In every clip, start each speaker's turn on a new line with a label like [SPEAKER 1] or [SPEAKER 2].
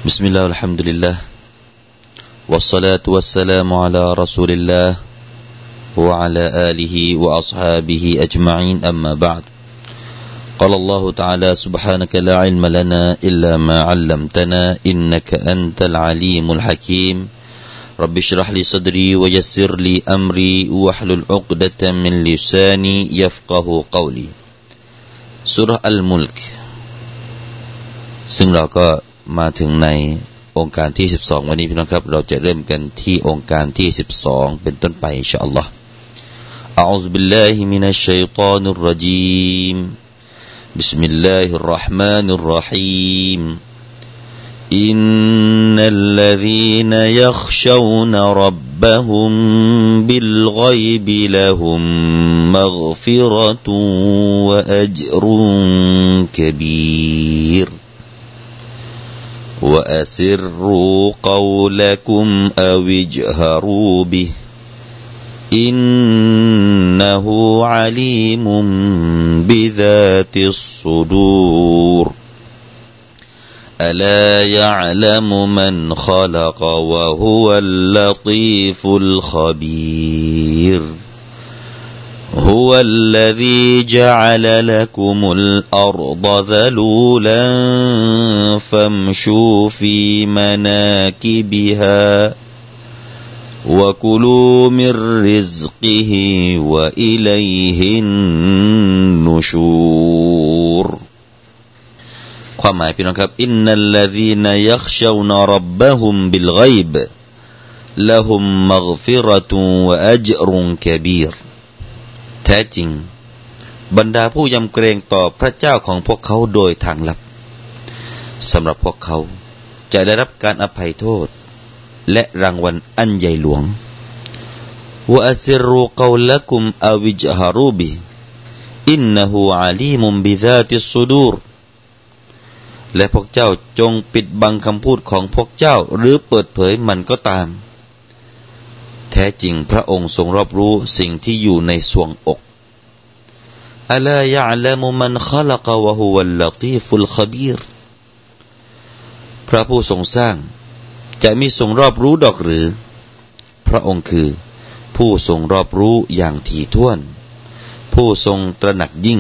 [SPEAKER 1] بسم الله والحمد لله والصلاة والسلام على رسول الله وعلى آله وأصحابه أجمعين أما بعد قال الله تعالى سبحانك لا علم لنا إلا ما علمتنا إنك أنت العليم الحكيم رب اشرح لي صدري ويسر لي أمري واحلل عقدة من لساني يفقه قولي سورة الملك ซึ่งเราก็มาถึงในองค์การที่12วันนี้พี่น้องครับเราจะเริ่มกันที่องค์การที่12เป็นต้นไปอินชาอัลลอฮ์อะอูซุบิลลาฮิมินัชชัยฏอนิรเราะญีมบิสมิลลาฮิรเราะห์มานิรเราะฮีมอินนัลลซีนยัคชาวนะร็อบบะฮุมบิลฆอยบิละฮุมมัฆฟิเราะตุวะอัจรุนกะบีรوأسروا قولكم أو اجهروا به إنه عليم بذات الصدور ألا يعلم من خلق وهو اللطيف الخبير هو الذي جعل لكم الأرض ذلولا فامشوا في مناكبها وكلوا من رزقه وإليه النشور ความหมายพี่น้องครับอินนัลลซีนยัคชาวนะร็อบะฮุมบิลฆอยบละฮุมมัฆฟิเราะตุวะอัจรุนกะบีรแท้จริงบรรดาผู้ยำเกรงต่อพระเจ้าของพวกเขาโดยทางลับสำหรับพวกเขาจะได้รับการอภัยโทษและรางวัลอันใหญ่หลวงวะอัสรูกอละกุมอวิจฮารูบิอินนะฮูอาลีมุมบิซาติสซุดูรและพวกเจ้าจงปิดบังคำพูดของพวกเจ้าหรือเปิดเผยมันก็ตามแท้จริงพระองค์ทรงรอบรู้สิ่งที่อยู่ในทรวงอกอะลายะละมุมันคอลักวะฮุวัลลอตีฟุลคบีรพระผู้ทรงสร้างจะมิทรงรอบรู้ดอกหรือพระองค์คือผู้ทรงรอบรู้อย่างถี่ถ้วนผู้ทรงตระหนักยิ่ง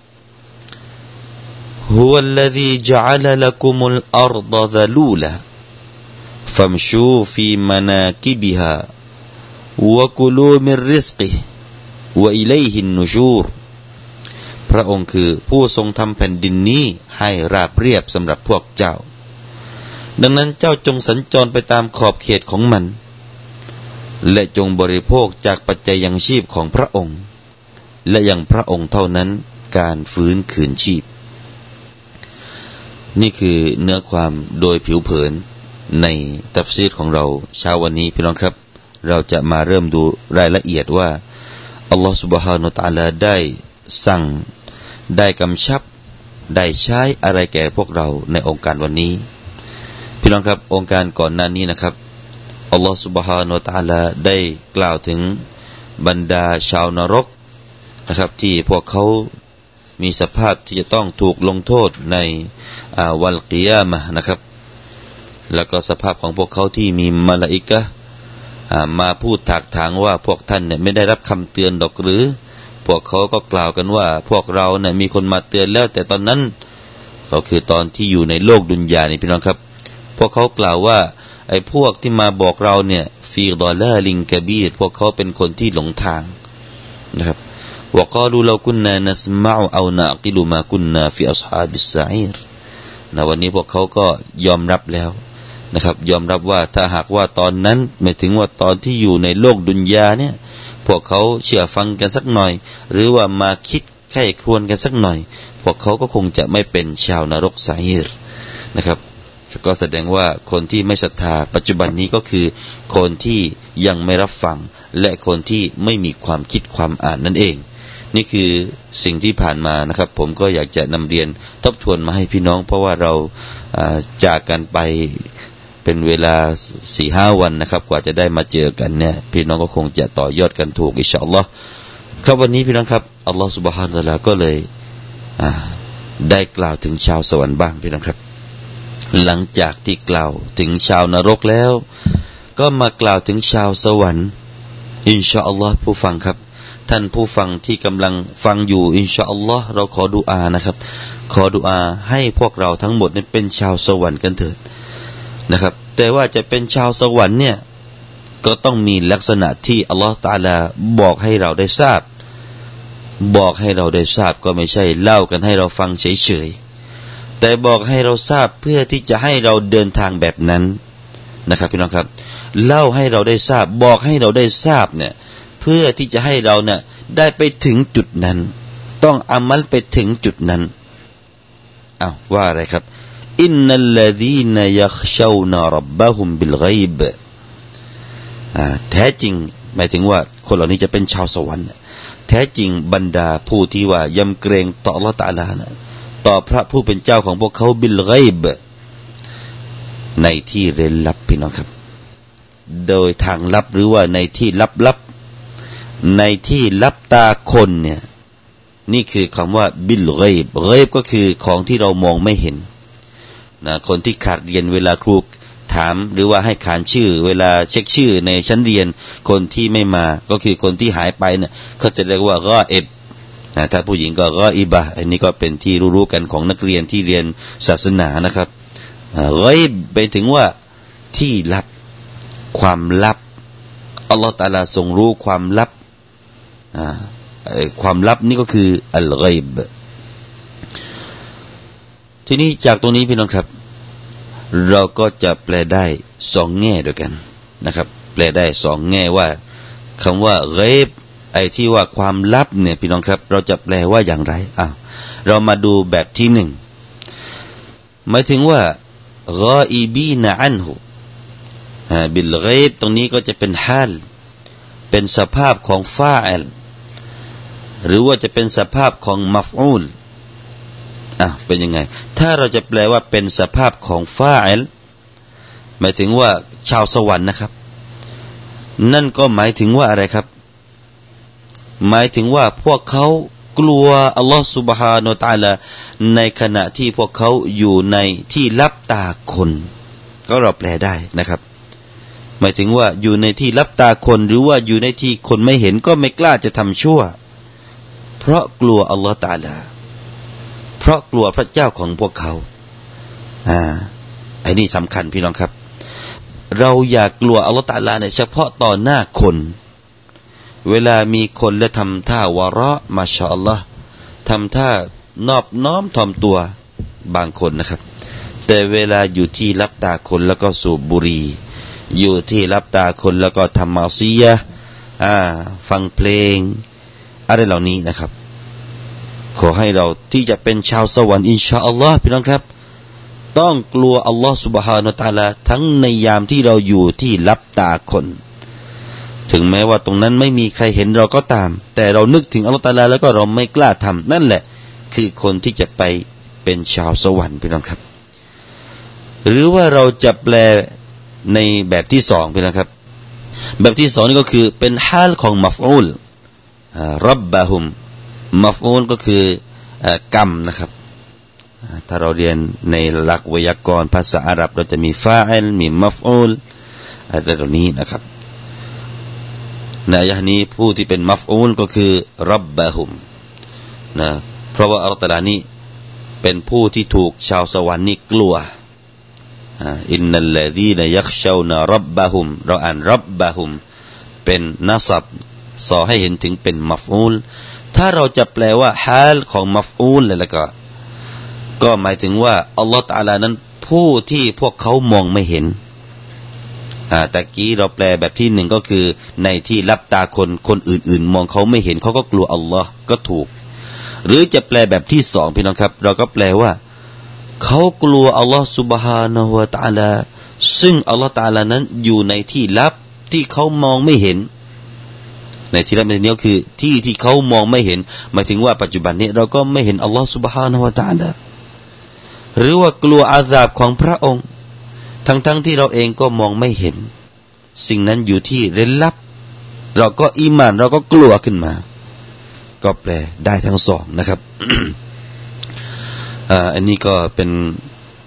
[SPEAKER 1] ฮุวัลลซีญะอะละละกุมุลอัรฎะซะลูลาฟัมชูฟีมะนากิบิฮาวะกุลูมิรริซกิวะอิลัยฮินนุชูรพระองค์คือผู้ทรงทำแผ่นดินนี้ให้ราบเรียบสำหรับพวกเจ้าดังนั้นเจ้าจงสัญจรไปตามขอบเขตของมันและจงบริโภคจากปัจจัยยังชีพของพระองค์และยังพระองค์เท่านั้นการฟื้นคืนชีพนี่คือเนื้อความโดยผิวเผินในตัฟซีรของเราเช้าวันนี้พี่น้องครับเราจะมาเริ่มดูรายละเอียดว่าอัลลอฮฺ سبحانه และ تعالى ได้สั่งได้กำชับได้ใช้อะไรแก่พวกเราในองค์การวันนี้พี่น้องครับองค์การก่อนหน้านี้นะครับอัลลอฮฺ سبحانه และ تعالى ได้กล่าวถึงบรรดาชาวนรกนะครับที่พวกเขามีสภาพที่จะต้องถูกลงโทษในวันกิยามะห์นะครับแล้วก็สภาพของพวกเขาที่มีมลาอิกะห์มาพูดถากถางว่าพวกท่านเนี่ยไม่ได้รับคำเตือนดอกหรือพวกเขาก็กล่าวกันว่าพวกเราเนี่ยมีคนมาเตือนแล้วแต่ตอนนั้นก็คือตอนที่อยู่ในโลกดุนยานี่พี่น้องครับพวกเขากล่าวว่าไอ้พวกที่มาบอกเราเนี่ยฟีฎอลาลิงกะบีรพวกเขาเป็นคนที่หลงทางนะครับวะกาลูลากุนนานัสมะอูเอานะกิลุมากุนนาฟิอัศฮาบิสซะอีรนะวันนี้พวกเขาก็ยอมรับแล้วนะครับยอมรับว่าถ้าหากว่าตอนนั้นหมายถึงว่าตอนที่อยู่ในโลกดุนยาเนี่ยพวกเขาเชื่อฟังกันสักหน่อยหรือว่ามาคิดไข้ครวญกันสักหน่อยพวกเขาก็คงจะไม่เป็นชาวนรกซะอีรนะครับก็แสดงว่าคนที่ไม่ศรัทธาปัจจุบันนี้ก็คือคนที่ยังไม่รับฟังและคนที่ไม่มีความคิดความอ่านนั่นเองนี่คือสิ่งที่ผ่านมานะครับผมก็อยากจะนำเรียนทบทวนมาให้พี่น้องเพราะว่าเราจากกันไปเป็นเวลา 4-5 วันนะครับกว่าจะได้มาเจอกันเนี่ยพี่น้องก็คงจะต่อยอดกันถูกอินชาอัลลอฮ์ครับวันนี้พี่น้องครับอัลลอฮ์ซุบฮานะฮูวะตะอาลาก็เลยได้กล่าวถึงชาวสวรรค์บ้างพี่น้องครับหลังจากที่กล่าวถึงชาวนรกแล้วก็มากล่าวถึงชาวสวรรค์อินชาอัลลอฮ์ผู้ฟังครับท่านผู้ฟังที่กำลังฟังอยู่อินชาอัลลอฮ์เราขอดุอานะครับขอดุอาให้พวกเราทั้งหมดนี้เป็นชาวสวรรค์กันเถิดนะครับแต่ว่าจะเป็นชาวสวรรค์เนี่ยก็ต้องมีลักษณะที่อัลลอฮ์ตะอาลาบอกให้เราได้ทราบบอกให้เราได้ทราบก็ไม่ใช่เล่ากันให้เราฟังเฉยๆแต่บอกให้เราทราบเพื่อที่จะให้เราเดินทางแบบนั้นนะครับพี่น้องครับเล่าให้เราได้ทราบบอกให้เราได้ทราบเนี่ยเพื่อที่จะให้เราเนี่ยได้ไปถึงจุดนั้นต้องอามัลไปถึงจุดนั้นว่าอะไรครับอินนัลลซีนยัคชาวนารับบะฮุมบิลฆอยบแท้จริงหมายถึงว่าคนเหล่านี้จะเป็นชาวสวรรค์แท้จริงบรรดาผู้ที่ว่ายำเกรงต่ออัลเลาะห์ตะอาลานะต่อพระผู้เป็นเจ้าของพวกเขาบิลฆอยบในที่เร้นลับพี่น้องครับโดยทางลับหรือว่าในที่ลับๆในที่ลับตาคนเนี่ยนี่คือคำว่าบิลฆอยบฆอยบก็คือของที่เรามองไม่เห็นนะคนที่ขาดเรียนเวลาครูถามหรือว่าให้ขานชื่อเวลาเช็คชื่อในชั้นเรียนคนที่ไม่มาก็คือคนที่หายไปเนี่ยเขาจะเรียกว่ากออิบถ้าผู้หญิงก็กออิบะอันนี้ก็เป็นที่รู้ๆกันของนักเรียนที่เรียนศาสนานะครับฆอยบไปถึงว่าที่ลับความลับอัลลอฮฺตะอาลาทรงรู้ความลับความลับนี่ก็คืออัลฆอยบทีนี้จากตรงนี้พี่น้องครับเราก็จะแปลได้สองแง่ด้วยกันนะครับแปลได้สองแง่ว่าคำว่าฆอยบไอ้ที่ว่าความลับเนี่ยพี่น้องครับเราจะแปลว่าอย่างไรเรามาดูแบบที่หนึ่งหมายถึงว่าฆออิบีนอันฮุบิลฆอยบตรงนี้ก็จะเป็นฮาลเป็นสภาพของฟาอิลหรือว่าจะเป็นสภาพของมัฟอูลเป็นยังไงถ้าเราจะแปลว่าเป็นสภาพของฟาอิลหมายถึงว่าชาวสวรรค์นะครับนั่นก็หมายถึงว่าอะไรครับหมายถึงว่าพวกเขากลัวอัลลอฮฺซุบฮานะฮูวะตะอาลาในขณะที่พวกเขาอยู่ในที่ลับตาคนก็เราแปลได้นะครับหมายถึงว่าอยู่ในที่ลับตาคนหรือว่าอยู่ในที่คนไม่เห็นก็ไม่กล้าจะทำชั่วเพราะกลัวอัลลอฮฺตะอาลาเพราะกลัวพระเจ้าของพวกเขาไอ้นี่สำคัญพี่น้องครับเราอย่ากลัวอัลลอฮฺตะอาลาเนี่ยเฉพาะต่อหน้าคนเวลามีคนและทำท่าวะเราะห์มาชาอัลลอฮ์ทำท่านอบน้อมถ่อมตัวบางคนนะครับแต่เวลาอยู่ที่ลับตาคนแล้วก็สูบบุหรี่อยู่ที่ลับตาคนแล้วก็ทำมาซียะฟังเพลงอะไรเหล่านี้นะครับขอให้เราที่จะเป็นชาวสวรรค์อินชาอัลลอฮ์พี่น้องครับต้องกลัวอัลลอฮ์ سبحانه และ تعالى ทั้งในยามที่เราอยู่ที่ลับตาคนถึงแม้ว่าตรงนั้นไม่มีใครเห็นเราก็ตามแต่เรานึกถึงอัลลอฮ์ตะอาลาแล้วก็เราไม่กล้าทำนั่นแหละคือคนที่จะไปเป็นชาวสวรรค์พี่น้องครับหรือว่าเราจะแปลในแบบที่สองพี่น้องครับแบบที่สองนี่ก็คือเป็นฮาลของมัฟอูลรับบะฮุมมัฟอูลก็คือกรรมนะครับถ้าเราเรียนในหลักไวยากรณ์ภาษาอาหรับเราจะมีฟาอิลมีมัฟอูลอะไรเหล่านี้นะครับในอายะห์นี้ผู้ที่เป็นมัฟอูลก็คือรับบะฮุมนะเพราะว่าอัลเลาะห์ตะอาลานี้เป็นผู้ที่ถูกชาวสวรรค์นี่กลัวอินนัลลซีนยัคชาวนารับบะฮุมเราอ่านรับบะฮุมเป็นนัสบสอให้เห็นถึงเป็นมัฟอูลถ้าเราจะแปลว่าฮาลของมัฟอูลแล้วก็หมายถึงว่าอัลลอฮฺตะอาลานั้นผู้ที่พวกเขามองไม่เห็นตะกี้เราแปลแบบที่หนึ่งก็คือในที่ลับตาคนอื่นๆมองเขาไม่เห็นเขาก็กลัวอัลลอฮ์ก็ถูกหรือจะแปลแบบที่สองพี่น้องครับเราก็แปลว่าเขากลัวอัลลอฮ์ซุบฮานะฮูวะตะอาลาซึ่งอัลลอฮ์ตะอาลานั้นอยู่ในที่ลับที่เขามองไม่เห็นในที่ลับนี้ก็คือที่เขามองไม่เห็นหมายถึงว่าปัจจุบันนี้เราก็ไม่เห็นอัลลอฮ์ซุบฮานะฮูวะตะอาลาหรือว่ากลัวอาซาบของพระองค์ทั้งที่เราเองก็มองไม่เห็นสิ่งนั้นอยู่ที่เร้นลับเราก็อีหม่านเราก็กลัวขึ้นมาก็แปลได้ทั้งสองนะครับ อันนี้ก็เป็น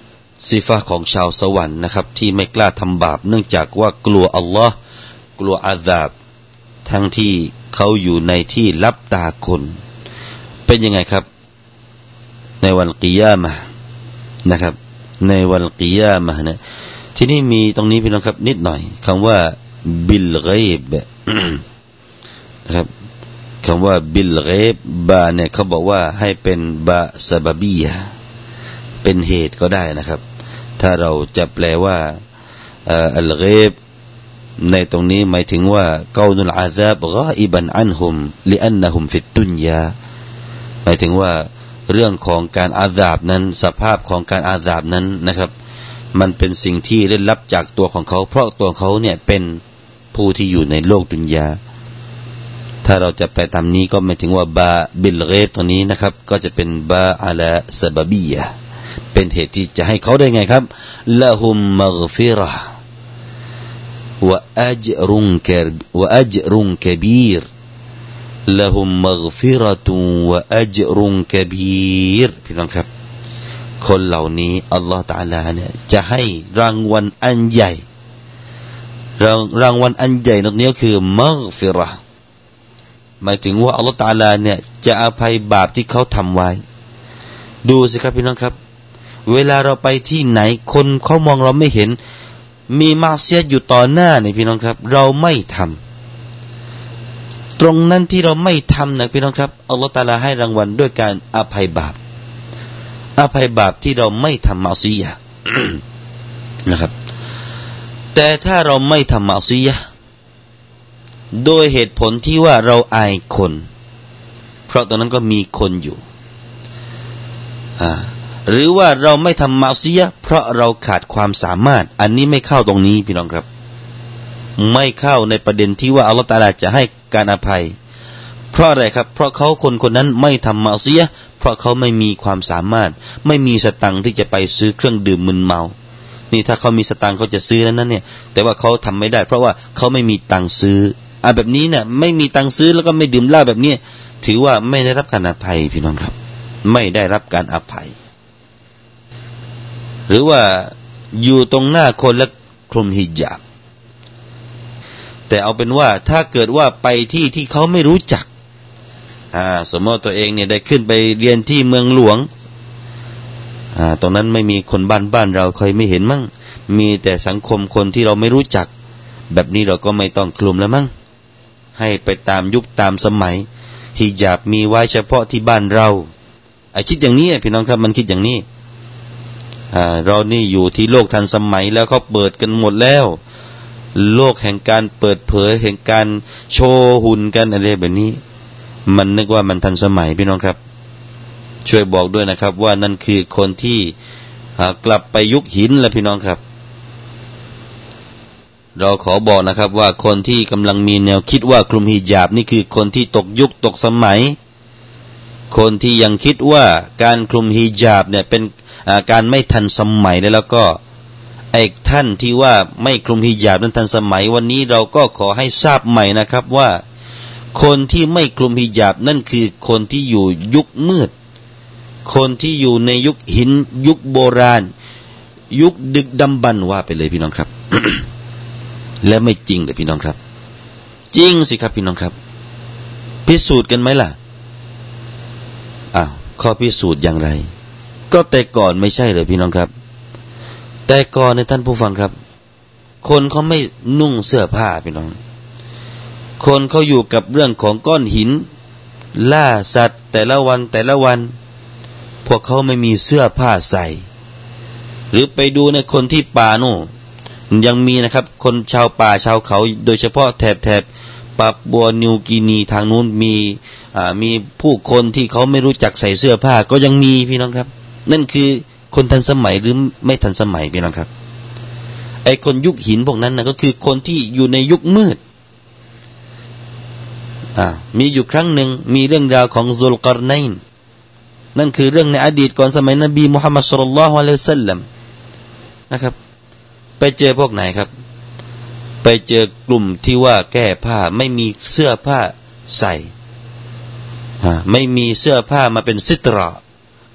[SPEAKER 1] ซิฟะห์ของชาวสวรรค์นะครับที่ไม่กล้าทำบาปเนื่องจากว่ากลัวอัลลอฮ์กลัวอาซาบทั้งที่เขาอยู่ในที่ลับตาคนเป็นยังไงครับในวันกิยามะห์นะครับในวันกิยามะห์นะที่นี่มีตรงนี้พี่น้องครับนิดหน่อยคำว่าบิลฆอยบ นะครับคำว่าบิลฆอยบบาเนี่ยเขาบอกว่าให้เป็นบาซะบะบียะเป็นเหตุก็ได้นะครับถ้าเราจะแปลว่าอัลฆอยบในตรงนี้หมายถึงว่ากาวนุลอาซาบฆออิบันอันฮุมลิอันนะฮุมฟิดดุนยาหมายถึงว่าเรื่องของการอาซาบนั้นสภาพของการอาซาบนั้นนะครับมันเป็นสิ่งที่ได้รับจากตัวของเขาเพราะตัวเขาเนี่ยเป็นผู้ที่อยู่ในโลกดุนยาถ้าเราจะแปลตามนี้ก็หมายถึงว่าบาบิลฆอยบตรงนี้นะครับก็จะเป็นบาอะลาซะบะบียะเป็นเหตุที่จะให้เขาได้ไงครับละฮุมมัฆฟิเราะห์วะอัจรุนกะบีรละฮุมมัฆฟิเราะตุวะอัจรุนกะบีรพี่น้องครับคนเหล่านี้อัลลอฮฺตะอาลาเนี่ยจะให้รางวัลอันใหญ่รางวัลอันใหญ่ตรงนี้ก็คือมัฆฟิเราะห์หมายถึงว่าอัลลอฮฺตะอาลาเนี่ยจะอภัยบาปที่เขาทำไว้ดูสิครับพี่น้องครับเวลาเราไปที่ไหนคนเขามองเราไม่เห็นมีมาเสียอยู่ต่อหน้าเนี่ยพี่น้องครับเราไม่ทำตรงนั้นที่เราไม่ทำนะพี่น้องครับอัลลอฮฺตะอาลาให้รางวัลด้วยการอภัยบาปที่เราไม่ทำมาซียะ นะครับแต่ถ้าเราไม่ทำมาซียะโดยเหตุผลที่ว่าเราอายคนเพราะตอนนั้นก็มีคนอยู่หรือว่าเราไม่ทำมาซียะเพราะเราขาดความสามารถอันนี้ไม่เข้าตรงนี้พี่น้องครับไม่เข้าในประเด็นที่ว่าอัลลอฮฺตะอาลาจะให้การอภัยเพราะอะไรครับเพราะเขาคนนั้นไม่ทำมาซียะเพราะเขาไม่มีความสามารถไม่มีสตังค์ที่จะไปซื้อเครื่องดื่มมึนเมานี่ถ้าเขามีสตังค์เขาจะซื้อนั้นเนี่ยแต่ว่าเขาทำไม่ได้เพราะว่าเขาไม่มีตังค์ซื้อแบบนี้เนี่ยไม่มีตังค์ซื้อแล้วก็ไม่ดื่มเหล้าแบบนี้ถือว่าไม่ได้รับการอภัยพี่น้องครับไม่ได้รับการอภัยหรือว่าอยู่ตรงหน้าคนและคลุมฮิญาบแต่เอาเป็นว่าถ้าเกิดว่าไปที่เขาไม่รู้จักสมมติตัวเองเนี่ยได้ขึ้นไปเรียนที่เมืองหลวงตรงนั้นไม่มีคนบ้านเราเคยไม่เห็นมั้งมีแต่สังคมคนที่เราไม่รู้จักแบบนี้เราก็ไม่ต้องคลุมแล้วมั้งให้ไปตามยุคตามสมัยฮิญาบมีไว้เฉพาะที่บ้านเราคิดอย่างนี้พี่น้องครับมันคิดอย่างนี้เรานี่อยู่ที่โลกทันสมัยแล้วเขาเปิดกันหมดแล้วโลกแห่งการเปิดเผยแห่งการโชว์หุ่นกันอะไรแบบนี้มันนึกว่ามันทันสมัยพี่น้องครับช่วยบอกด้วยนะครับว่านั่นคือคนที่กลับไปยุคหินแล้วพี่น้องครับเราขอบอกนะครับว่าคนที่กำลังมีแนวคิดว่าคลุมฮิญาบนี่คือคนที่ตกยุคตกสมัยคนที่ยังคิดว่าการคลุมฮิญาบเนี่ยเป็นการไม่ทันสมัยแล้วก็ไอ้ท่านที่ว่าไม่คลุมฮิญาบนั้นทันสมัยวันนี้เราก็ขอให้ทราบใหม่นะครับว่าคนที่ไม่คลุมฮิญาบนั่นคือคนที่อยู่ยุคมืดคนที่อยู่ในยุคหินยุคโบราณยุคดึกดำบรรพ์ว่าไปเลยพี่น้องครับ และไม่จริงเลยพี่น้องครับจริงสิครับพี่น้องครับพิสูจน์กันไหมล่ะข้อพิสูจน์อย่างไรก็แต่ก่อนไม่ใช่เลยพี่น้องครับแต่ก่อนในท่านผู้ฟังครับคนเขาไม่นุ่งเสื้อผ้าพี่น้องคนเขาอยู่กับเรื่องของก้อนหินล่าสัตว์แต่ละวันพวกเขาไม่มีเสื้อผ้าใส่หรือไปดูในคนที่ป่าโน่ยังมีนะครับคนชาวป่าชาวเขาโดยเฉพาะแถบปาปัวนิวกินีทางนู้นมีผู้คนที่เขาไม่รู้จักใส่เสื้อผ้าก็ยังมีพี่น้องครับนั่นคือคนทันสมัยหรือไม่ทันสมัยพี่น้องครับไอ้คนยุคหินพวกนั้นนะก็คือคนที่อยู่ในยุคมืดมีอยู่ครั้งหนึ่งมีเรื่องราวของซุลกัรนัยน์นั่นคือเรื่องในอดีตก่อนสมัยนบีมุฮัมมัดศ็อลลัลลอฮุอะลัยฮิวะซัลลัมนะครับไปเจอพวกไหนครับไปเจอกลุ่มที่ว่าแก้ผ้าไม่มีเสื้อผ้าใส่ไม่มีเสื้อผ้ามาเป็นซิตรา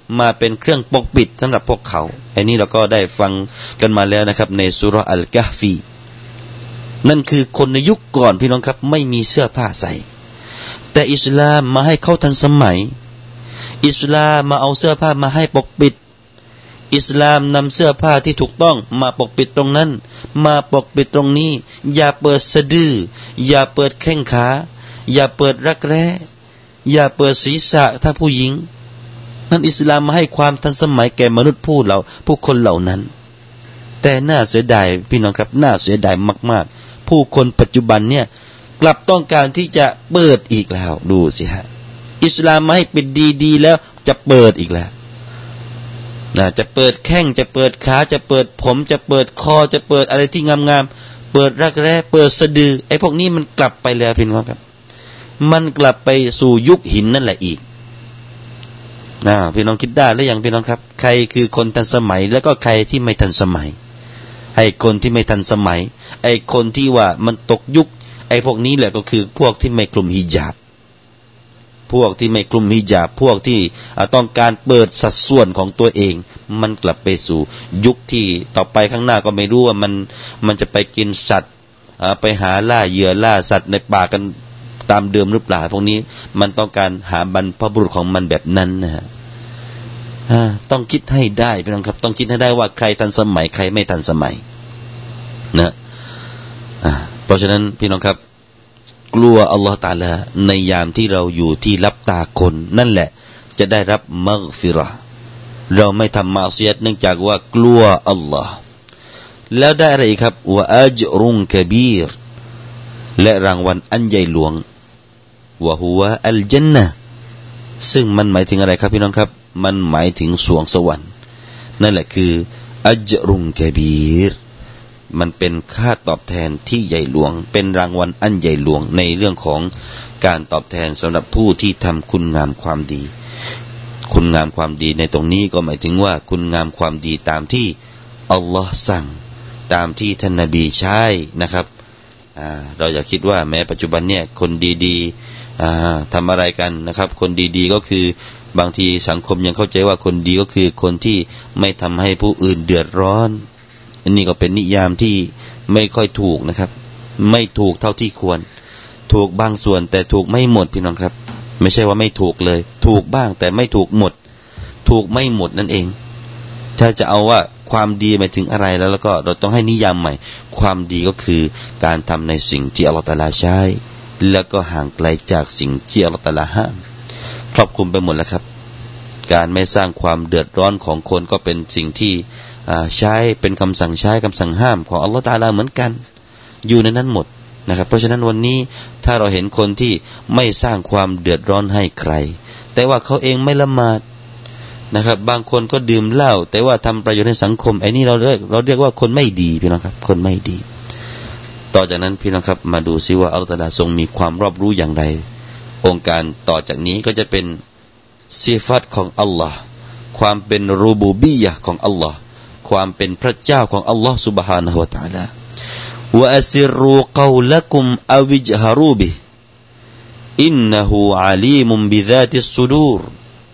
[SPEAKER 1] มาเป็นเครื่องปกปิดสำหรับพวกเขาไอ้นี้เราก็ได้ฟังกันมาแล้วนะครับในซูเราะห์อัลกะฮฟีนั่นคือคนในยุคก่อนพี่น้องครับไม่มีเสื้อผ้าใส่แต่อิสลามมาให้เขาทันสมัยอิสลามมาเอาเสื้อผ้ามาให้ปกปิดอิสลามนำเสื้อผ้าที่ถูกต้องมาปกปิดตรงนั้นมาปกปิดตรงนี้อย่าเปิดสะดืออย่าเปิดแข้งขาอย่าเปิดรักแร้อย่าเปิดศีรษะถ้าผู้หญิงนั้นอิสลามมาให้ความทันสมัยแก่มนุษย์ผู้คนเหล่านั้นแต่น่าเสียดายพี่น้องครับน่าเสียดายมากๆผู้คนปัจจุบันเนี่ยกลับต้องการที่จะเปิดอีกแล้วดูสิฮะอิสลามมาให้ปิดดีๆแล้วจะเปิดอีกแล้วจะเปิดแข้งจะเปิดขาจะเปิดผมจะเปิดคอจะเปิดอะไรที่งามๆเปิดรักแร้เปิดสะดือไอ้พวกนี้มันกลับไปแล้วพี่น้องครับมันกลับไปสู่ยุคหินนั่นแหละอีกพี่น้องคิดได้หรือยังพี่น้องครับใครคือคนทันสมัยแล้วก็ใครที่ไม่ทันสมัยไอ้คนที่ไม่ทันสมัยไอ้คนที่ว่ามันตกยุคไอ้พวกนี้แหละก็คือพวกที่ไม่คลุมฮิญาบพวกที่ไม่คลุมฮิญาบพวกที่ต้องการเปิดสัดส่วนของตัวเองมันกลับไปสู่ยุคที่ต่อไปข้างหน้าก็ไม่รู้ว่ามันจะไปกินสัตว์ไปหาล่าเหยื่อล่าสัตว์ในป่ากันตามเดิมหรือเปล่าพวกนี้มันต้องการหาบรรพบุรุษของมันแบบนั้นนะฮะต้องคิดให้ได้พี่น้องครับต้องคิดให้ได้ว่าใครทันสมัยใครไม่ทันสมัยนะเพราะฉะนั้นพี่น้องครับกลัวอัลลอฮฺตะอาลาในยามที่เราอยู่ที่ลับตาคนนั่นแหละจะได้รับมัฆฟิเราะห์เราไม่ทำมาซิยะฮ์เนื่องจากว่ากลัวอัลลอฮ์แล้วได้อะไรครับวะอัจรุนกะบีรและรางวัลอันใหญ่หลวงวะฮุวะอัลญันนะห์ซึ่งมันหมายถึงอะไรครับพี่น้องครับมันหมายถึงสวงสวรรค์นั่นแหละคืออัจรุนกะบีรมันเป็นค่าตอบแทนที่ใหญ่หลวงเป็นรางวัลอันใหญ่หลวงในเรื่องของการตอบแทนสำหรับผู้ที่ทำคุณงามความดีคุณงามความดีในตรงนี้ก็หมายถึงว่าคุณงามความดีตามที่อัลลอฮ์สั่งตามที่ท่านนบีใช้นะครับเราอย่าคิดว่าแม้ปัจจุบันเนี่ยคนดีๆทำอะไรกันนะครับคนดีๆก็คือบางทีสังคมยังเข้าใจว่าคนดีก็คือคนที่ไม่ทำให้ผู้อื่นเดือดร้อนอันนี้ก็เป็นนิยามที่ไม่ค่อยถูกนะครับไม่ถูกเท่าที่ควรถูกบางส่วนแต่ถูกไม่หมดพี่น้องครับไม่ใช่ว่าไม่ถูกเลยถูกบ้างแต่ไม่ถูกหมดถูกไม่หมดนั่นเองถ้าจะเอาว่าความดีหมายถึงอะไรแล้วก็เราต้องให้นิยามใหม่ความดีก็คือการทำในสิ่งที่อัลเลาะห์ตะอาลาใช้แล้วก็ห่างไกลจากสิ่งที่อัลเลาะห์ตะอาลาห้ามครอบคลุมไปหมดแล้วครับการไม่สร้างความเดือดร้อนของคนก็เป็นสิ่งที่ใช้เป็นคำสั่งใช้คำสั่งห้ามของอัลเลาะห์ตะอาลาเหมือนกันอยู่ในนั้นหมดนะครับเพราะฉะนั้นวันนี้ถ้าเราเห็นคนที่ไม่สร้างความเดือดร้อนให้ใครแต่ว่าเขาเองไม่ละหมาดนะครับบางคนก็ดื่มเหล้าแต่ว่าทำประโยชน์ให้สังคมไอ้นี่เราเรียกว่าคนไม่ดีพี่น้องครับคนไม่ดีต่อจากนั้นพี่น้องครับมาดูซิว่าอัลเลาะห์ตะอาลาทรงมีความรอบรู้อย่างไรองค์การต่อจากนี้ก็จะเป็นซิฟัตของอัลลอฮ์ความเป็นรูบูบียะห์ของอัลลอฮ์ความเป็นพระเจ้าของอัลลอฮ์ซุบฮานะฮูวะตะอาลาวะอัสรูกอลักุมอวิจฮารูบิอินนะฮูอะลีมุมบิซาติสซุดูร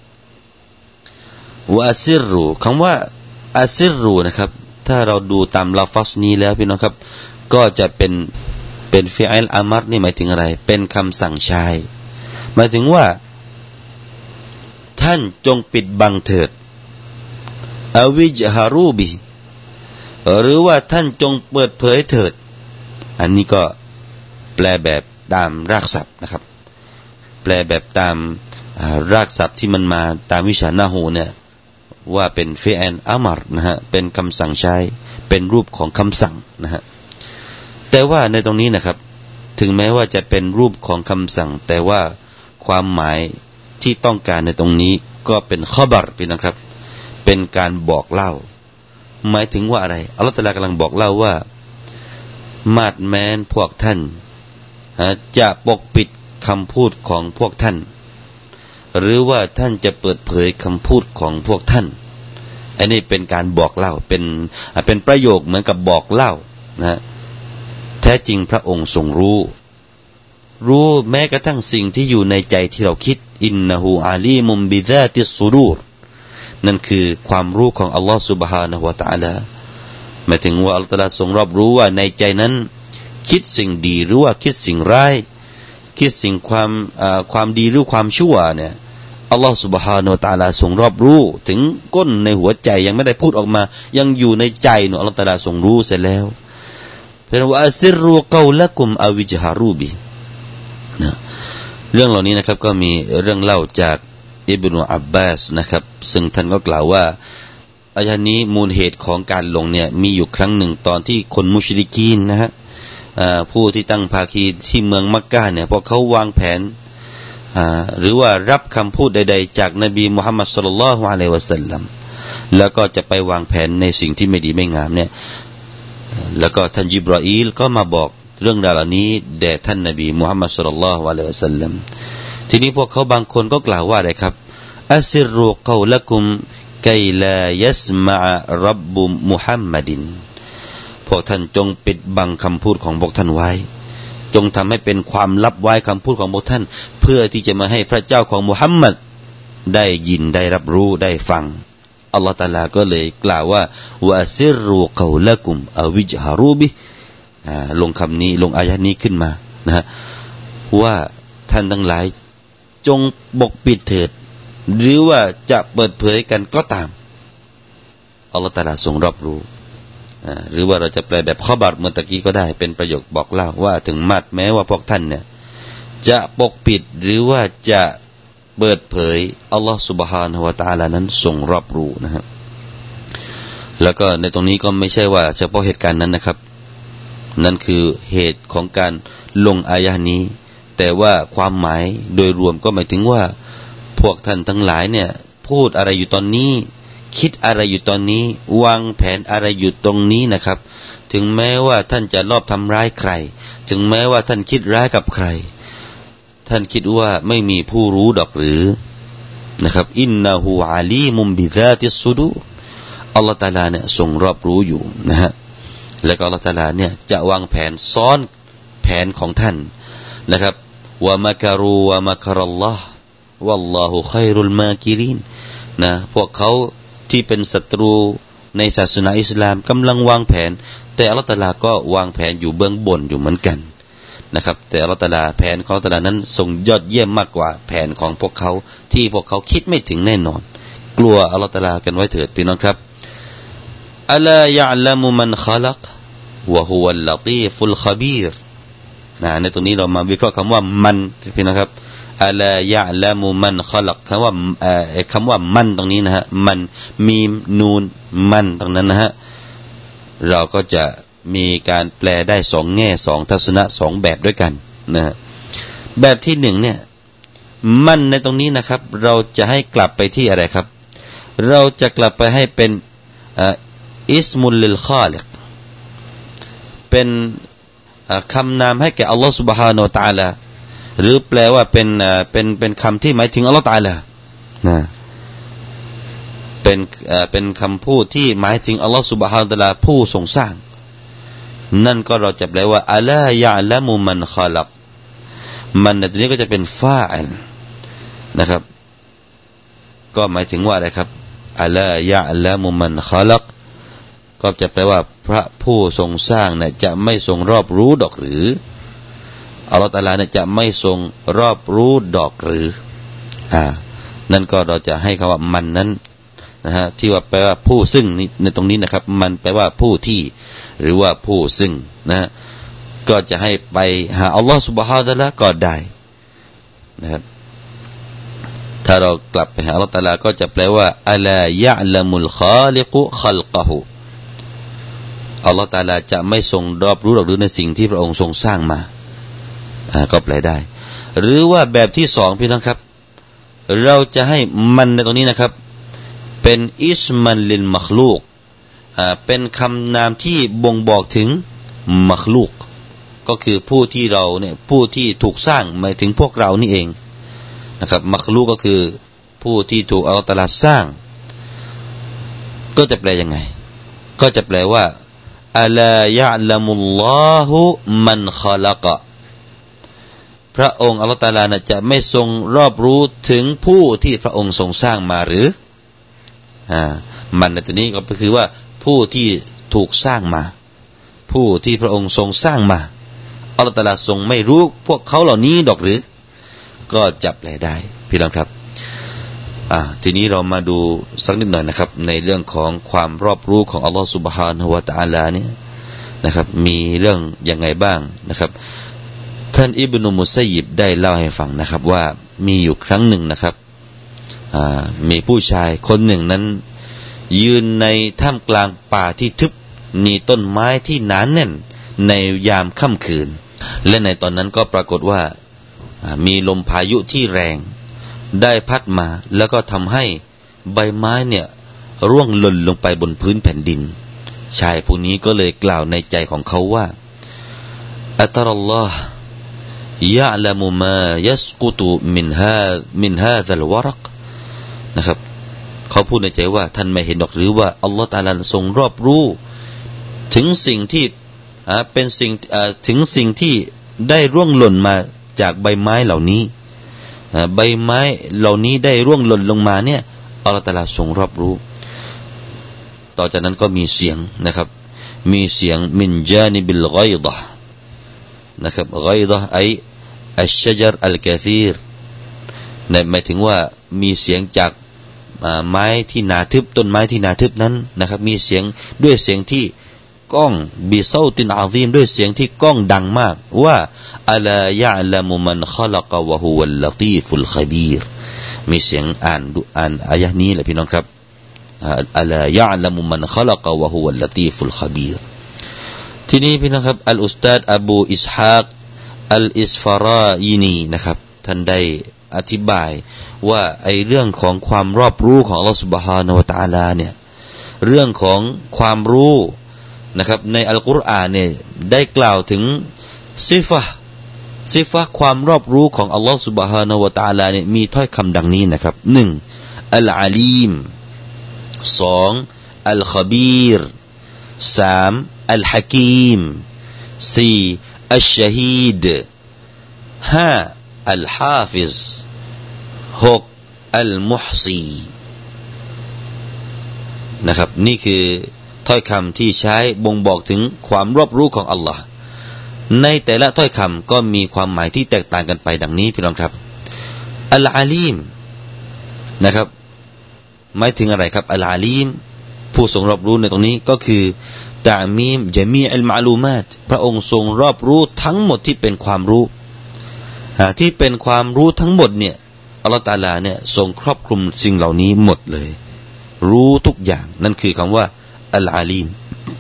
[SPEAKER 1] วะอัสรูคำว่าอัสรูนะครับถ้าเราดูตามลาฟัซนี้แล้วพี่น้องครับก็จะเป็นฟิอิลอามัรนี่หมายถึงอะไรเป็นคำสั่งใช้หมายถึงว่าท่านจงปิดบังเถิดอวิจฮารูบิหรือว่าท่านจงเปิดเผยเถิดอันนี้ก็แปลแบบตามรากศัพท์นะครับแปลแบบตามรากศัพท์ที่มันมาตามวิชานะฮูเนี่ยว่าเป็นฟิอิลอามัรนะฮะเป็นคำสั่งใช้เป็นรูปของคำสั่งนะฮะแต่ว่าในตรงนี้นะครับถึงแม้ว่าจะเป็นรูปของคำสั่งแต่ว่าความหมายที่ต้องการในตรงนี้ก็เป็นขบัรพี่นะครับเป็นการบอกเล่าหมายถึงว่าอะไรอัลเลาะห์ตะอาลากำลังบอกเล่าว่ามาดแม้นพวกท่านจะปกปิดคำพูดของพวกท่านหรือว่าท่านจะเปิดเผยคำพูดของพวกท่านอันนี้เป็นการบอกเล่าเป็นประโยคเหมือนกับบอกเล่านะแท้จริงพระองค์ทรงรู้แม้กระทั่งสิ่งที่อยู่ในใจที่เราคิดอินนะฮูอาลีมุมบิซาติสซุดูรนั่นคือความรู้ของอัลลอฮฺ سبحانه และ تعالى หมายถึงว่าอัลลอฮฺ تعالى ทรงรอบรู้ว่าในใจนั้นคิดสิ่งดีหรือว่าคิดสิ่งร้ายคิดสิ่งความดีหรือความชั่วเนี่ยอัลลอฮฺ سبحانه และ تعالى ทรงรอบรู้ถึงก้นในหัวใจยังไม่ได้พูดออกมายังอยู่ในใจเนาะอัลลอฮฺ تعالى ทรงรู้เสร็จแล้วเพราะว่าอัสซิรุกอละกุมอวิจฮารูบินะเรื่องเหล่านี้นะครับก็มีเรื่องเล่าจากอิบนุอับบาสนะครับซึ่งท่านก็กล่าวว่าอายะนี้มูลเหตุของการลงเนี่ยมีอยู่ครั้งหนึ่งตอนที่คนมุชริกีนนะฮะผู้ที่ตั้งภาคีที่เมืองมักกะฮ์เนี่ยพอเขาวางแผนหรือว่ารับคำพูดใดๆจากนบีมุฮัมมัดศ็อลลัลลอฮุอะลัยฮิวะซัลลัมแล้วก็จะไปวางแผนในสิ่งที่ไม่ดีไม่งามเนี่ยแล้วก็ท่านญิบรออีลก็มาบอกเรื่องราวเหล่านี้แด่ท่านนบีมุฮัมมัดศ็อลลัลลอฮุอะลัยฮิวะซัลลัมทีนี้พวกเขาบางคนก็กล่าวว่าอะไรครับอัสซิรุกอละกุมไกลายัสมะรับบุมุฮัมมัดินพวกท่านจงปิดบังคำพูดของพวกท่านไว้จงทำให้เป็นความลับไว้คำพูดของพวกท่านเพื่อที่จะมาให้พระเจ้าของมุฮัมมัดได้ยินได้รับรู้ได้ฟังอัลลอฮฺตะอาลาก็เลยกล่าวว่าวะอัสซิรุกอละกุมอวิจฮารูบิลงคำนี้ลงอายะนี้ขึ้นมานะฮะว่าท่านทั้งหลายจงปกปิดเถิดหรือว่าจะเปิดเผยกันก็ตามอัลลอฮฺตะอาลาทรงรับรู้หรือว่าเราจะแปลแบบข้อบัตรเมื่อตะกี้ก็ได้เป็นประโยคบอกเล่าว่าถึงแม้ว่าพวกท่านเนี่ยจะปกปิดหรือว่าจะเปิดเผยอัลลอฮฺ سبحانه และ تعالى นั้นทรงรับรู้นะครับแล้วก็ในตรงนี้ก็ไม่ใช่ว่าเฉพาะเหตุการณ์นั้นนะครับนั่นคือเหตุของการลงอายะห์นี้แต่ว่าความหมายโดยรวมก็หมายถึงว่าพวกท่านทั้งหลายเนี่ยพูดอะไรอยู่ตอนนี้คิดอะไรอยู่ตอนนี้วางแผนอะไรอยู่ตรงนี้นะครับถึงแม้ว่าท่านจะลอบทำร้ายใครถึงแม้ว่าท่านคิดร้ายกับใครท่านคิดว่าไม่มีผู้รู้ดอกหรือนะครับอินนะฮูอาลีมุมบิซาติสซุดูรอัลลอฮฺตะอาลาเนี่ยทรงรอบรู้อยู่นะฮะแล้วก็อัลลอฮฺตะอาลาเนี่ยจะวางแผนซ้อนแผนของท่านนะครับวะมะกะรูวะมะกะรัลลอฮ์วัลลอฮุค็อยรุลมากิรินนะพวกเขาที่เป็นศัตรูในศาสนาอิสลามกำลังวางแผนแต่อัลเลาะห์ตะอาลาก็วางแผนอยู่เบื้องบนอยู่เหมือนกันนะครับแต่อัลเลาะห์ตะอาลาแผนของอัลเลาะห์ตะอาลานั้นทรงยอดเยี่ยมมากกว่าแผนของพวกเขาที่พวกเขาคิดไม่ถึงแน่นอนกลัวอัลเลาะห์ตะอาลากันไว้เถิดพี่น้องครับอะลายะละมุมันคอลักวะฮุวัลลตีฟุลคบีรในตรงนี้เรามาวิเคราะห์คำว่ามันพี่น้องครับอะลายะละมุมันคอลักคำว่ามันตรงนี้นะฮะมันมีมนูนมันตรงนั้นนะฮะเราก็จะมีการแปลได้สองแง่สองทัศนะสองแบบด้วยกันนะฮะแบบที่หนึ่งเนี่ยมันในตรงนี้นะครับเราจะให้กลับไปที่อะไรครับเราจะกลับไปให้เป็นอิสมุลลิลคอลิกเป็นคำนามให้แก่อัลลอฮฺ سبحانه และ تعالى หรือแปลว่าเป็นคำที่หมายถึงอัลลอฮฺ تعالى นะเป็นคำพูดที่หมายถึงอัลลอฮฺ سبحانه และ تعالى ผู้ทรงสร้างนั่นก็เราจะแปลว่าอะลายะละมุมันคอลักมันในตัวนี้ก็จะเป็นฟาอิลนะครับก็หมายถึงว่าอะไรครับอะลายะละมุมันคอลักก็จะแปลว่าพระผู้ทรงสร้างเนี่ยจะไม่ทรงรอบรู้ดอกหรืออัลเลาะห์ตะอาลาเนี่ยจะไม่ทรงรอบรู้ดอกหรือนั่นก็เราจะให้คำว่ามันนั้นนะฮะที่ว่าแปลว่าผู้ซึ่งในตรงนี้นะครับมันแปลว่าผู้ที่หรือว่าผู้ซึ่งนะก็จะให้ไปหาอัลลอฮฺซุบฮานะฮูวะตะอาลาก็ได้นะครับถ้าเรากลับไปหาอัลเลาะห์ตะอาลาก็จะแปลว่าอะลายะละมุลคอลิกุคัลกะฮูอัลลอฮฺตะอาลาจะไม่ทรงรอบรู้หรือในสิ่งที่พระองค์ทรงสร้างมาก็แปลได้หรือว่าแบบที่สองพี่น้องครับเราจะให้มันในตรงนี้นะครับเป็นอิสมันลิลมัคลูกเป็นคำนามที่บ่งบอกถึงมัคลูกก็คือผู้ที่เราเนี่ยผู้ที่ถูกสร้างหมายถึงพวกเรานี่เองนะครับมัคลูกก็คือผู้ที่ถูกอัลเลาะห์ตะอาลาสร้างก็จะแปลยังไงก็จะแปลว่าอะลายะละมุลลอฮุมันคอลักะพระองค์อัลเลาะห์ตะอาลาจะไม่ทรงรอบรู้ถึงผู้ที่พระองค์ทรงสร้างมาหรือมันในตัวนี้ก็คือว่าผู้ที่ถูกสร้างมาผู้ที่พระองค์ทรงสร้างมาอัลเลาะห์ตะอาลาทรงไม่รู้พวกเขาเหล่านี้ดอกหรือก็จับแลได้พี่น้องครับทีนี้เรามาดูสักนิดหน่อยนะครับในเรื่องของความรอบรู้ของอัลลอฮฺซุบฮานะฮูวะตะอาลาเนี่ยนะครับมีเรื่องยังไงบ้างนะครับท่านอิบนุมุซัยยิบได้เล่าให้ฟังนะครับว่ามีอยู่ครั้งหนึ่งนะครับมีผู้ชายคนหนึ่งนั้นยืนในท่ามกลางป่าที่ทึบมีต้นไม้ที่หนาแน่นในยามค่ำคืนและในตอนนั้นก็ปรากฏว่ามีลมพายุที่แรงได้พัดมาแล้วก็ทำให้ใบไม้เนี่ยร่วงหล่นลงไปบนพื้นแผ่นดินชายผู้นี้ก็เลยกล่าวในใจของเขาว่าอัตรัลลอฮ์ยะละมุมายัสกุตุมินฮาซัลวะรักนะครับเขาพูดในใจว่าท่านไม่เห็นดอกหรือว่าอัลลอฮ์ตะอาลาทรงรอบรู้ถึงสิ่งที่เป็นสิ่งถึงสิ่งที่ได้ร่วงหล่นมาจากใบไม้เหล่านี้ใบไม้เหล่านี้ได้ร่วงหล่นลงมาเนี่ยอัลเลาะห์ตะอาลาทรงรับรู้ต่อจากนั้นก็มีเสียงนะครับมีเสียงมินจานิบิลฆอยฎะห์นะครับฆอยฎะห์ไออัชชะญรอัลกะซีรนั่นหมายถึงว่ามีเสียงจากไม้ที่หนาทึบต้นไม้ที่หนาทึบนั้นนะครับมีเสียงด้วยเสียงที่ก้องบิเซาตินอาซีมด้วยเสียงที่ก้องดังมากว่าอะลายะละมุมันคอลักวะฮุวัลลตีฟุลคบีรมีเสียงอ่านอายะห์นี้แหละพี่น้องครับอะลายะละมุมันคอลักวะฮุวัลลตีฟุลคบีรทีนี้พี่น้องครับอัลอุสตาดอบูอิสฮากอัลอิสฟารายีนีนะครับท่านได้อธิบายว่าไอ้เรื่องของความรอบรู้ของอัลเลาะห์ซุบฮานะฮูวะตะอาลาเนี่ยเรื่องของความรู้นะครับในอัลกุรอานเนี่ยได้กล่าวถึงซิฟะความรอบรู้ของอัลลอฮฺ سبحانه และ تعالى เนี่ยมีถ้อยคำดังนี้นะครับ1อัลอาลีม2อัลคบีร3อัลฮะกีม4อัชชะฮีด5อัลฮาฟิซ6อัลมุฮซีนะครับนี่คือถ้อยคำที่ใช้บ่งบอกถึงความรอบรู้ของอัลลอฮ์ในแต่ละถ้อยคำก็มีความหมายที่แตกต่างกันไปดังนี้พี่น้องครับอัลอาลีมนะครับหมายถึงอะไรครับอัลอาลีมผู้ทรงรอบรู้ในตรงนี้ก็คือตะมีมญะมีอัลมะลูมาตพระองค์ทรงรอบรู้ทั้งหมดที่เป็นความรู้ที่เป็นความรู้ทั้งหมดเนี่ยอัลเลาะห์ตะอาลาเนี่ยทรงครอบคลุมสิ่งเหล่านี้หมดเลยรู้ทุกอย่างนั่นคือคำว่าอัลอาลีม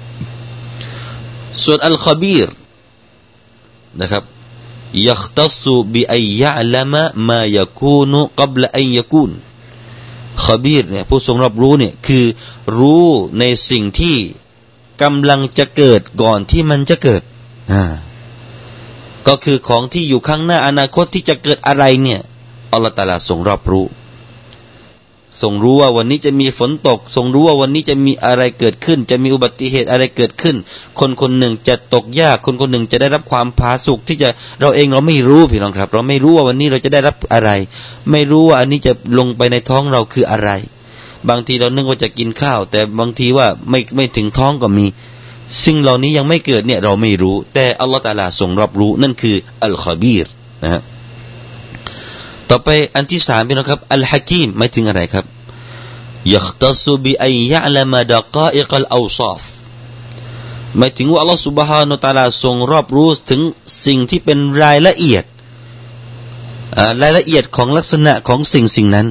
[SPEAKER 1] ส่วนอัลคบีรนะครับยัคตัสบิอัยยะละมะมายักูนุกับละอัยยักูนคบีรเนี่ยผู้ทรงรับรู้เนี่ยคือรู้ในสิ่งที่กำลังจะเกิดก่อนที่มันจะเกิดก็คือของที่อยู่ข้างหน้าอนาคตที่จะเกิดอะไรเนี่ยอัลเลาะห์ตะอาลาทรงรับรู้ทรงรู้ว่าวันนี้จะมีฝนตกทรงรู้ว่าวันนี้จะมีอะไรเกิดขึ้นจะมีอุบัติเหตุอะไรเกิดขึ้นคนคนหนึ่งจะตกยากคนคนหนึ่งจะได้รับความผาสุกที่จะเราเองเราไม่รู้พี่น้องครับเราไม่รู้ว่าวันนี้เราจะได้รับอะไรไม่รู้ว่าอันนี้จะลงไปในท้องเราคืออะไรบางทีเรานึกว่าจะกินข้าวแต่บางทีว่าไม่ถึงท้องก็มีสิ่งเหล่านี้ยังไม่เกิดเนี่ยเราไม่รู้แต่อัลเลาะห์ตะอาลาทรงรับรู้นั่นคืออัลคบีรนะฮะต่อไปอันที่3พี่น้องครับอัลฮะกีมหมายถึงอะไรครับยัคตัสบิอัยยะละมะดะกาอิกัลอาวซอฟหมายถึงว่าอัลเลาะห์ซุบฮานะฮูวะตะอาลาทรงรอบรู้ถึงสิ่งที่เป็นรายละเอียดของลักษณะของสิ่งนั้น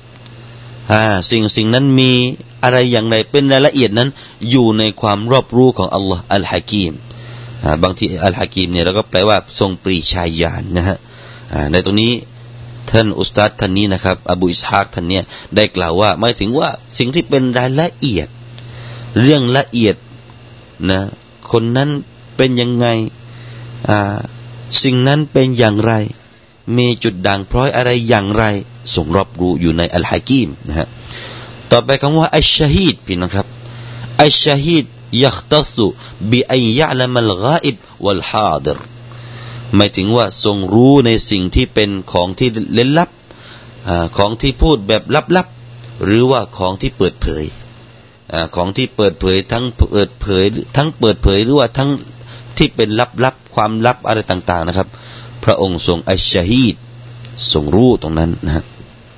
[SPEAKER 1] สิ่งนั้นมีอะไรอย่างไรเป็นรายละเอียดนั้นอยู่ในความรอบรู้ของอัลลอฮ์อัลฮะกีมบางทีอัลฮะกีมเนี่ยเราก็แปลว่าทรงปรีชาญาณนะฮะในตรงนี้ท่านอุสตาดท่านนี้นะครับอบูอิสฮากท่านเนี่ยได้กล่าวว่าหมายถึงว่าสิ่งที่เป็นรายละเอียดเรื่องละเอียดนะคนนั้นเป็นยังไงสิ่งนั้นเป็นอย่างไรมีจุดด่างพร้อยอะไรอย่างไรทรงรับรู้อยู่ในอัลฮะกีมนะฮะต่อไปคำว่าอัชชะฮีดพี่น้องครับอัชชะฮีดยัคตัสบิอัยยะละมัลฆาอิบวัลฮาดิรหมายถึงว่าทรงรู้ในสิ่งที่เป็นของที่เร้นลับของที่พูดแบบลับๆหรือว่าของที่เปิดเผยของที่เปิดเผยทั้งเปิดเผยหรือว่าทั้งที่เป็นลับความลับอะไรต่างๆนะครับพระองค์ทรงอัชชะฮีดทรงรู้ตรงนั้นนะฮะ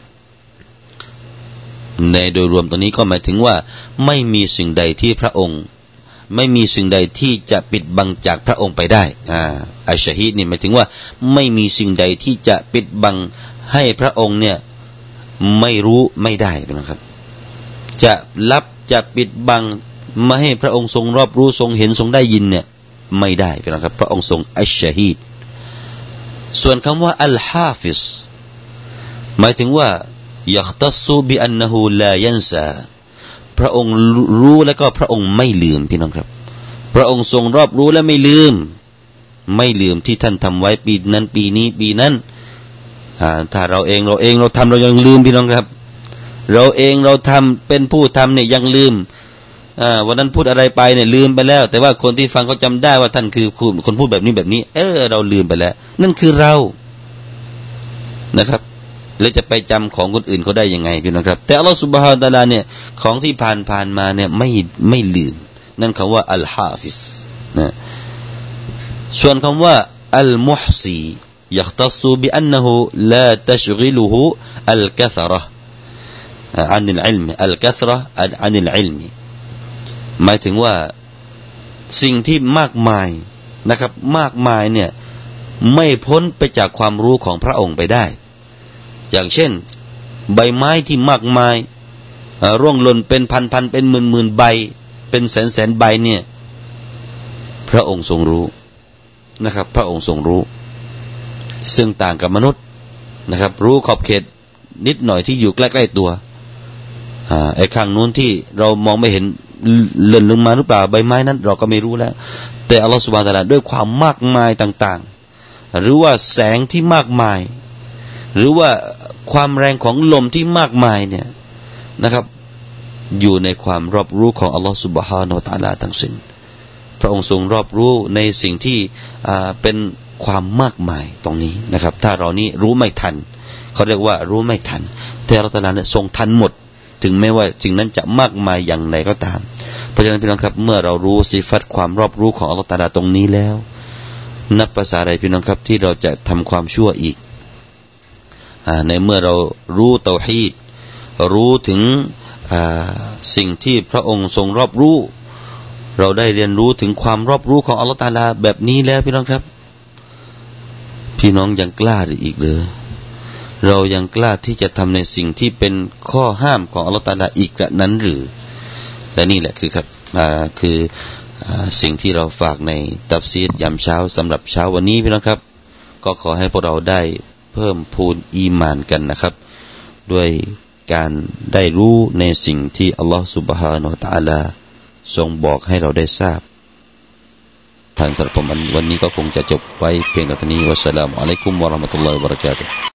[SPEAKER 1] ในโดยรวมตรงนี้ก็หมายถึงว่าไม่มีสิ่งใดที่พระองค์ไม่มีสิ่งใดที่จะปิดบังจากพระองค์ไปได้อัชชะฮีดนี่หมายถึงว่าไม่มีสิ่งใดที่จะปิดบังให้พระองค์เนี่ยไม่รู้ไม่ได้นะครับจะลับจะปิดบังไม่ให้พระองค์ทรงรอบรู้ทรงเห็นทรงได้ยินเนี่ยไม่ได้นะครับพระองค์ทรงอัชชะฮีดส่วนคำว่าอัลฮาฟิซหมายถึงว่ายัคตัสซุบิอันนะฮูลายันซาพระองค์รู้แล้วก็พระองค์ไม่ลืมพี่น้องครับพระองค์ทรงรอบรู้และไม่ลืมที่ท่านทำไว้ปีนั้นปีนี้ปีนั้นถ้าเราเองเราทำเรายังลืมพี่น้องครับเราเองเราทำเป็นผู้ทำเนี่ยยังลืมวันนั้นพูดอะไรไปเนี่ยลืมไปแล้วแต่ว่าคนที่ฟังเขาจำได้ว่าท่านคือคนพูดแบบนี้เราลืมไปแล้วนั่นคือเรานะครับแล้วจะไปจำของคนอื่นเขาได้ยังไงพี่น้องครับแต่อัลลอฮฺซุบฮานะฮูวะตะอาลาเนี่ยของที่ผ่านมาเนี่ยไม่ลืมนั่นคำว่าอัลฮาฟิซนะส่วนคำว่าอัลมุฮซีيختص بأنه لا تشغله الكثرة عن العلم الكثرة عن العلم หมายถึงว่าสิ่งที่มากมายนะครับมากมายเนี่ยไม่พ้นไปจากความรู้ของพระองค์ไปได้อย่างเช่นใบไม้ที่มากมายร่วงหล่นเป็นพันเป็นหมื่นใบเป็นแสนใบเนี่ยพระองค์ทรงรู้นะครับพระองค์ทรงรู้ซึ่งต่างกับมนุษย์นะครับรู้ขอบเขตนิดหน่อยที่อยู่ใกล้ๆตัวไอ้ข้างนู้นที่เรามองไม่เห็นหล่นลงมาหรือเปล่าใบไม้นั้นเราก็ไม่รู้แล้วแต่อัลลอฮฺซุบฮานะฮูวะตะอาลาด้วยความมากมายต่างๆหรือว่าแสงที่มากมายหรือว่าความแรงของลมที่มากมายเนี่ยนะครับอยู่ในความรอบรู้ของอัลลอฮฺซุบฮานะฮูวะตะอาลาทั้งสิ้นพระองค์ทรงรอบรู้ในสิ่งที่เป็นความมากมายตรงนี้นะครับถ้าเรานี้รู้ไม่ทันเขาเรียกว่ารู้ไม่ทันแต่อัลเลาะห์ตะอาลาเนี่ยทรงทันหมดถึงแม้ว่าสิ่งนั้นจะมากมายอย่างไรก็ตามเพราะฉะนั้นพี่น้องครับเมื่อเรารู้สิฟัตความรอบรู้ของอัลเลาะห์ตะอาลาตรงนี้แล้วนับภาษาอะไรพี่น้องครับที่เราจะทำความชั่วอีกในเมื่อเรารู้เตาฮีดรู้ถึงสิ่งที่พระองค์ทรงรอบรู้เราได้เรียนรู้ถึงความรอบรู้ของอัลเลาะห์ตะอาลาแบบนี้แล้วพี่น้องครับพี่น้องยังกล้าอีกหรือเรายังกล้าที่จะทำในสิ่งที่เป็นข้อห้ามของอัลเลาะห์ตะอาลาอีกกระนั้นหรือและนี่แหละคือสิ่งที่เราฝากในตัฟซีรยามเช้าสำหรับเช้าวันนี้พี่น้องครับก็ขอให้พวกเราได้เพิ่มพูนอีหม่านกันนะครับด้วยการได้รู้ในสิ่งที่อัลลอฮฺซุบฮานะฮูวะตะอาลาทรงบอกให้เราได้ทราบท่านสำหรับผมวันนี้ก็คงจะจบไว้เพียงเท่านี้วัสสลามุอะลัยกุมวะเราะห์มะตุลลอฮิวะบะเราะกาตุฮ์